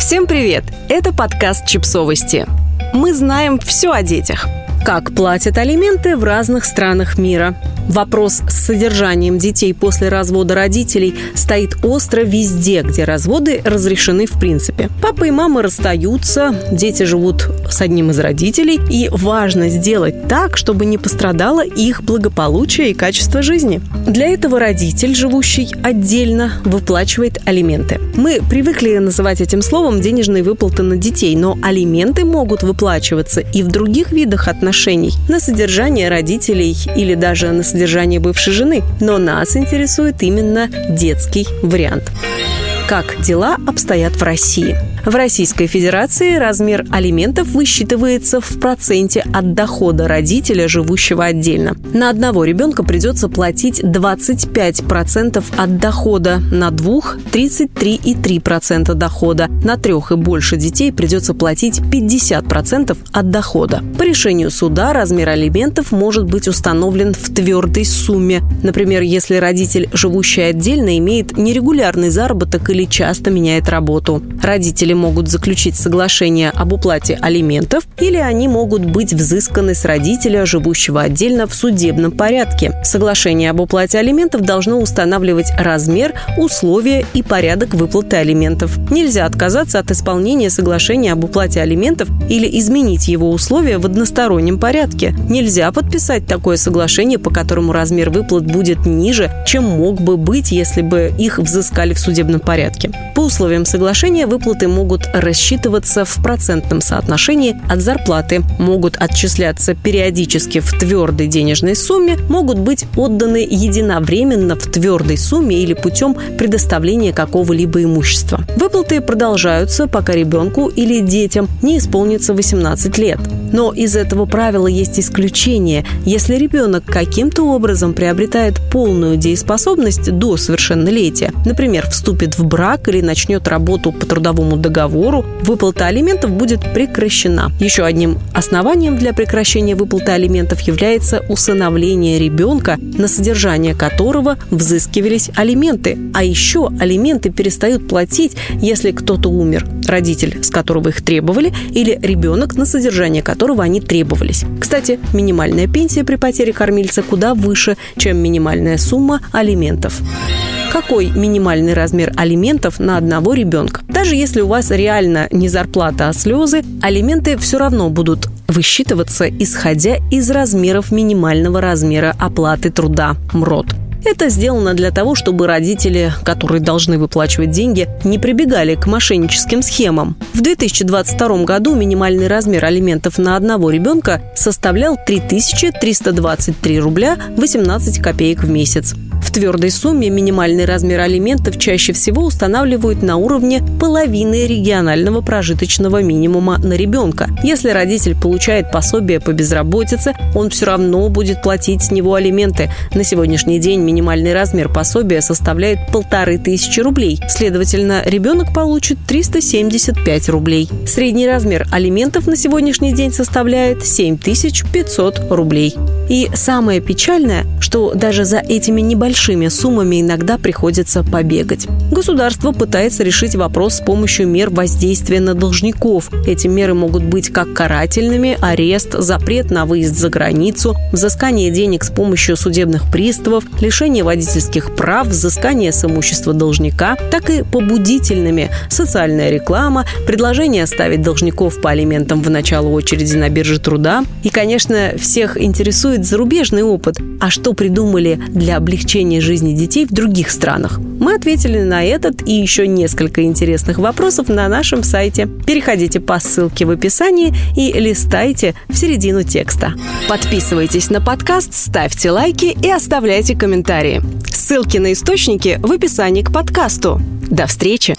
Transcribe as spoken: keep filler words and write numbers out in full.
Всем привет! Это подкаст «Чипсовости». Мы знаем все о детях. Как платят алименты в разных странах мира. Вопрос с содержанием детей после развода родителей стоит остро везде, где разводы разрешены в принципе. Папа и мама расстаются, дети живут с одним из родителей, и важно сделать так, чтобы не пострадало их благополучие и качество жизни. Для этого родитель, живущий отдельно, выплачивает алименты. Мы привыкли называть этим словом денежные выплаты на детей, но алименты могут выплачиваться и в других видах отношений, на содержание родителей или даже на содержание бывшей жены. Но нас интересует именно детский вариант. Как дела обстоят в России? В Российской Федерации размер алиментов высчитывается в проценте от дохода родителя, живущего отдельно. На одного ребенка придется платить двадцать пять процентов от дохода, на двух – тридцать три и три десятых процента дохода, на трех и больше детей придется платить пятьдесят процентов от дохода. По решению суда размер алиментов может быть установлен в твердой сумме. Например, если родитель, живущий отдельно, имеет нерегулярный заработок или часто меняет работу. Родители могут заключить соглашение об уплате алиментов, или они могут быть взысканы с родителя, живущего отдельно, в судебном порядке. Соглашение об уплате алиментов должно устанавливать размер, условия и порядок выплаты алиментов. Нельзя отказаться от исполнения соглашения об уплате алиментов или изменить его условия в одностороннем порядке. Нельзя подписать такое соглашение, по которому размер выплат будет ниже, чем мог бы быть, если бы их взыскали в судебном порядке. По условиям соглашения выплаты могут рассчитываться в процентном соотношении от зарплаты, могут отчисляться периодически в твердой денежной сумме, могут быть отданы единовременно в твердой сумме или путем предоставления какого-либо имущества. Выплаты продолжаются, пока ребенку или детям не исполнится восемнадцать лет. Но из этого правила есть исключение. Если ребенок каким-то образом приобретает полную дееспособность до совершеннолетия, например, вступит в брак или начнет работу по трудовому договору, выплата алиментов будет прекращена. Еще одним основанием для прекращения выплаты алиментов является усыновление ребенка, на содержание которого взыскивались алименты. А еще алименты перестают платить, если кто-то умер, родитель, с которого их требовали, или ребенок, на содержание которого они требовались. Кстати, минимальная пенсия при потере кормильца куда выше, чем минимальная сумма алиментов. Какой минимальный размер алиментов на одного ребенка? Даже если у вас реально не зарплата, а слезы, алименты все равно будут высчитываться, исходя из размеров минимального размера оплаты труда МРОТ. Это сделано для того, чтобы родители, которые должны выплачивать деньги, не прибегали к мошенническим схемам. В две тысячи двадцать втором году минимальный размер алиментов на одного ребенка составлял три тысячи триста двадцать три рубля восемнадцать копеек в месяц. В твердой сумме минимальный размер алиментов чаще всего устанавливают на уровне половины регионального прожиточного минимума на ребенка. Если родитель получает пособие по безработице, он все равно будет платить с него алименты. На сегодняшний день минимальный размер пособия составляет полторы тысячи рублей. Следовательно, ребенок получит триста семьдесят пять рублей. Средний размер алиментов на сегодняшний день составляет семь тысяч пятьсот рублей. И самое печальное, что даже за этими небольшими суммами иногда приходится побегать. Государство пытается решить вопрос с помощью мер воздействия на должников. Эти меры могут быть как карательными: арест, запрет на выезд за границу, взыскание денег с помощью судебных приставов, лишение водительских прав, взыскание с имущества должника, так и побудительными: социальная реклама, предложение оставить должников по алиментам в начало очереди на бирже труда. И, конечно, всех интересует зарубежный опыт. А что придумали для облегчения жизни детей в других странах? Мы ответили на этот и еще несколько интересных вопросов на нашем сайте. Переходите по ссылке в описании и листайте в середину текста. Подписывайтесь на подкаст, ставьте лайки и оставляйте комментарии. Ссылки на источники в описании к подкасту. До встречи!